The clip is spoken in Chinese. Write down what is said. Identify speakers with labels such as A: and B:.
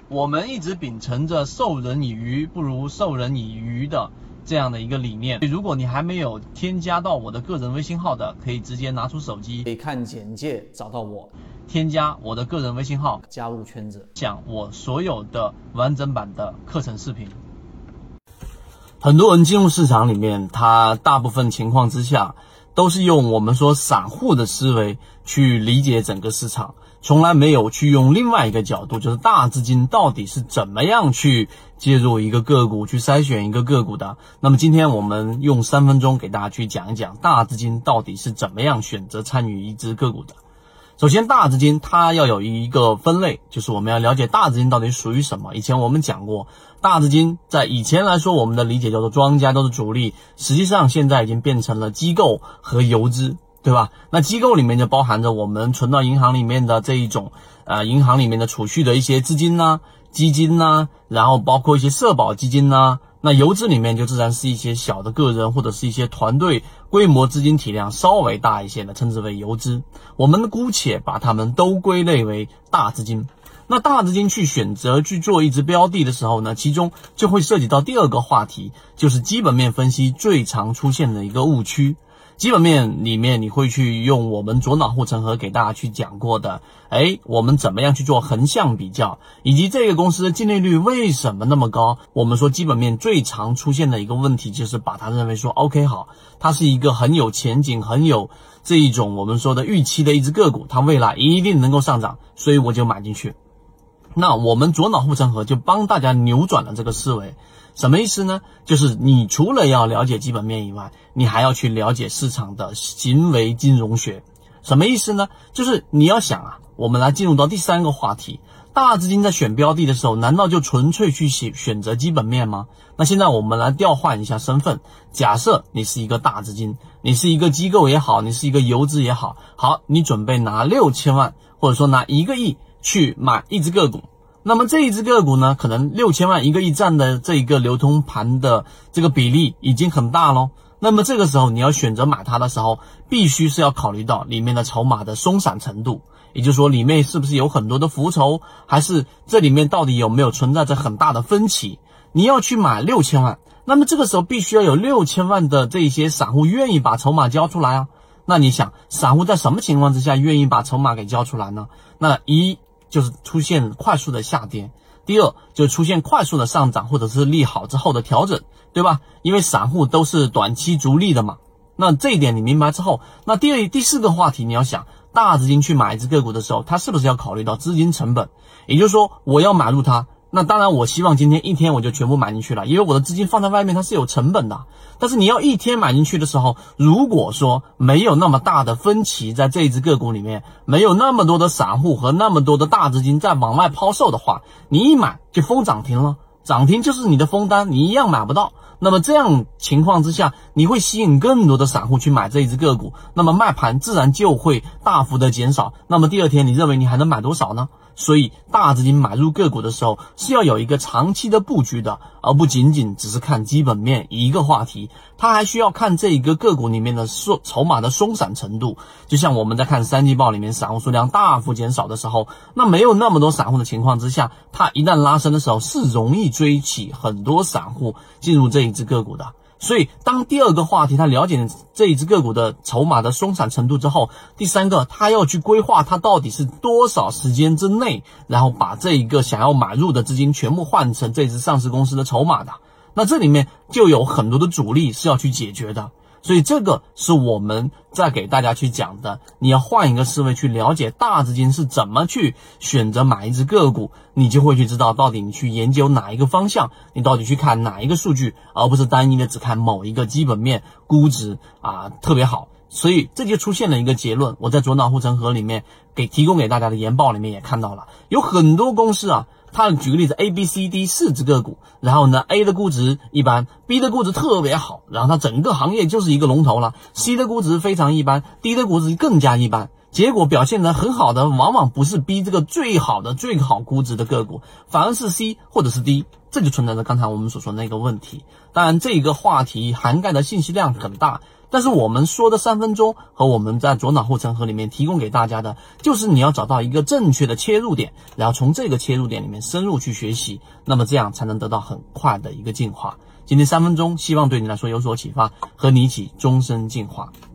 A: 我们一直秉承着授人以鱼不如授人以渔的这样的一个理念。如果你还没有添加到我的个人微信号的，可以直接拿出手机，
B: 可以看简介找到我，
A: 添加我的个人微信号，
B: 加入圈子，
A: 讲我所有的完整版的课程视频。很多人进入市场里面，他大部分情况之下都是用我们说散户的思维去理解整个市场，从来没有去用另外一个角度，就是大资金到底是怎么样去介入一个个股，去筛选一个个股的。那么今天我们用3分钟给大家去讲一讲大资金到底是怎么样选择参与一只个股的。首先，大资金它要有一个分类，就是我们要了解大资金到底属于什么。以前我们讲过，大资金在以前来说，我们的理解叫做庄家，都是主力，实际上现在已经变成了机构和游资，对吧？那机构里面就包含着我们存到银行里面的这一种银行里面的储蓄的一些资金呐、基金呐，然后包括一些社保基金呐。那游资里面就自然是一些小的个人或者是一些团队，规模资金体量稍微大一些的，称之为游资。我们姑且把它们都归类为大资金。那大资金去选择去做一只标的的时候呢，其中就会涉及到第二个话题，就是基本面分析最常出现的一个误区。基本面里面你会去用我们左脑护城河给大家去讲过的，我们怎么样去做横向比较，以及这个公司的净利率为什么那么高。我们说基本面最常出现的一个问题就是把它认为说 OK 好，它是一个很有前景很有这一种我们说的预期的一只个股，它未来一定能够上涨，所以我就买进去。那我们左脑护城河就帮大家扭转了这个思维。什么意思呢？就是你除了要了解基本面以外，你还要去了解市场的行为金融学。什么意思呢？就是你要想我们来进入到第三个话题，大资金在选标的的时候，难道就纯粹去选择基本面吗？那现在我们来调换一下身份，假设你是一个大资金，你是一个机构也好，你是一个游资也好，好，你准备拿6000万或者说拿1个亿去买一只个股。那么这一只个股呢，可能6000万1个亿占的这一个流通盘的这个比例已经很大咯。那么这个时候你要选择买它的时候，必须是要考虑到里面的筹码的松散程度，也就是说里面是不是有很多的浮筹，还是这里面到底有没有存在着很大的分歧。你要去买6000万，那么这个时候必须要有6000万的这些散户愿意把筹码交出来那你想，散户在什么情况之下愿意把筹码给交出来呢？那一就是出现快速的下跌，第二就出现快速的上涨或者是利好之后的调整，对吧？因为散户都是短期逐利的嘛。那这一点你明白之后，那第四个话题你要想，大资金去买一只个股的时候，它是不是要考虑到资金成本？也就是说我要买入它，那当然我希望今天一天我就全部买进去了，因为我的资金放在外面它是有成本的。但是你要一天买进去的时候，如果说没有那么大的分歧在这一只个股里面，没有那么多的散户和那么多的大资金在往外抛售的话，你一买就封涨停了，涨停就是你的封单，你一样买不到。那么这样情况之下，你会吸引更多的散户去买这一只个股，那么卖盘自然就会大幅的减少。那么第二天你认为你还能买多少呢？所以大资金买入个股的时候是要有一个长期的布局的，而不仅仅只是看基本面一个话题，它还需要看这一个个股里面的筹码的松散程度。就像我们在看三季报里面散户数量大幅减少的时候，那没有那么多散户的情况之下，它一旦拉升的时候是容易追起很多散户进入这一只个股的。所以当第二个话题他了解这一只个股的筹码的松散程度之后，第三个他要去规划它到底是多少时间之内，然后把这一个想要买入的资金全部换成这只上市公司的筹码的。那这里面就有很多的阻力是要去解决的。所以这个是我们在给大家去讲的，你要换一个思维去了解大资金是怎么去选择买一只个股，你就会去知道到底你去研究哪一个方向，你到底去看哪一个数据，而不是单一的只看某一个基本面估值特别好。所以这就出现了一个结论，我在左脑护城河里面提供给大家的研报里面也看到了，有很多公司他举个例子 ，A、B、C、D 4只个股，然后呢 A 的估值一般 ，B 的估值特别好，然后它整个行业就是一个龙头了 ，C 的估值非常一般 ，D 的估值更加一般。 结果表现得很好的往往不是 B 这个最好估值的个股，反而是 C 或者是 D， 这就存在着刚才我们所说的那个问题。当然这个话题涵盖的信息量很大，但是我们说的3分钟和我们在左脑护城河里面提供给大家的，就是你要找到一个正确的切入点，然后从这个切入点里面深入去学习，那么这样才能得到很快的一个进化。今天3分钟，希望对你来说有所启发，和你一起终身进化。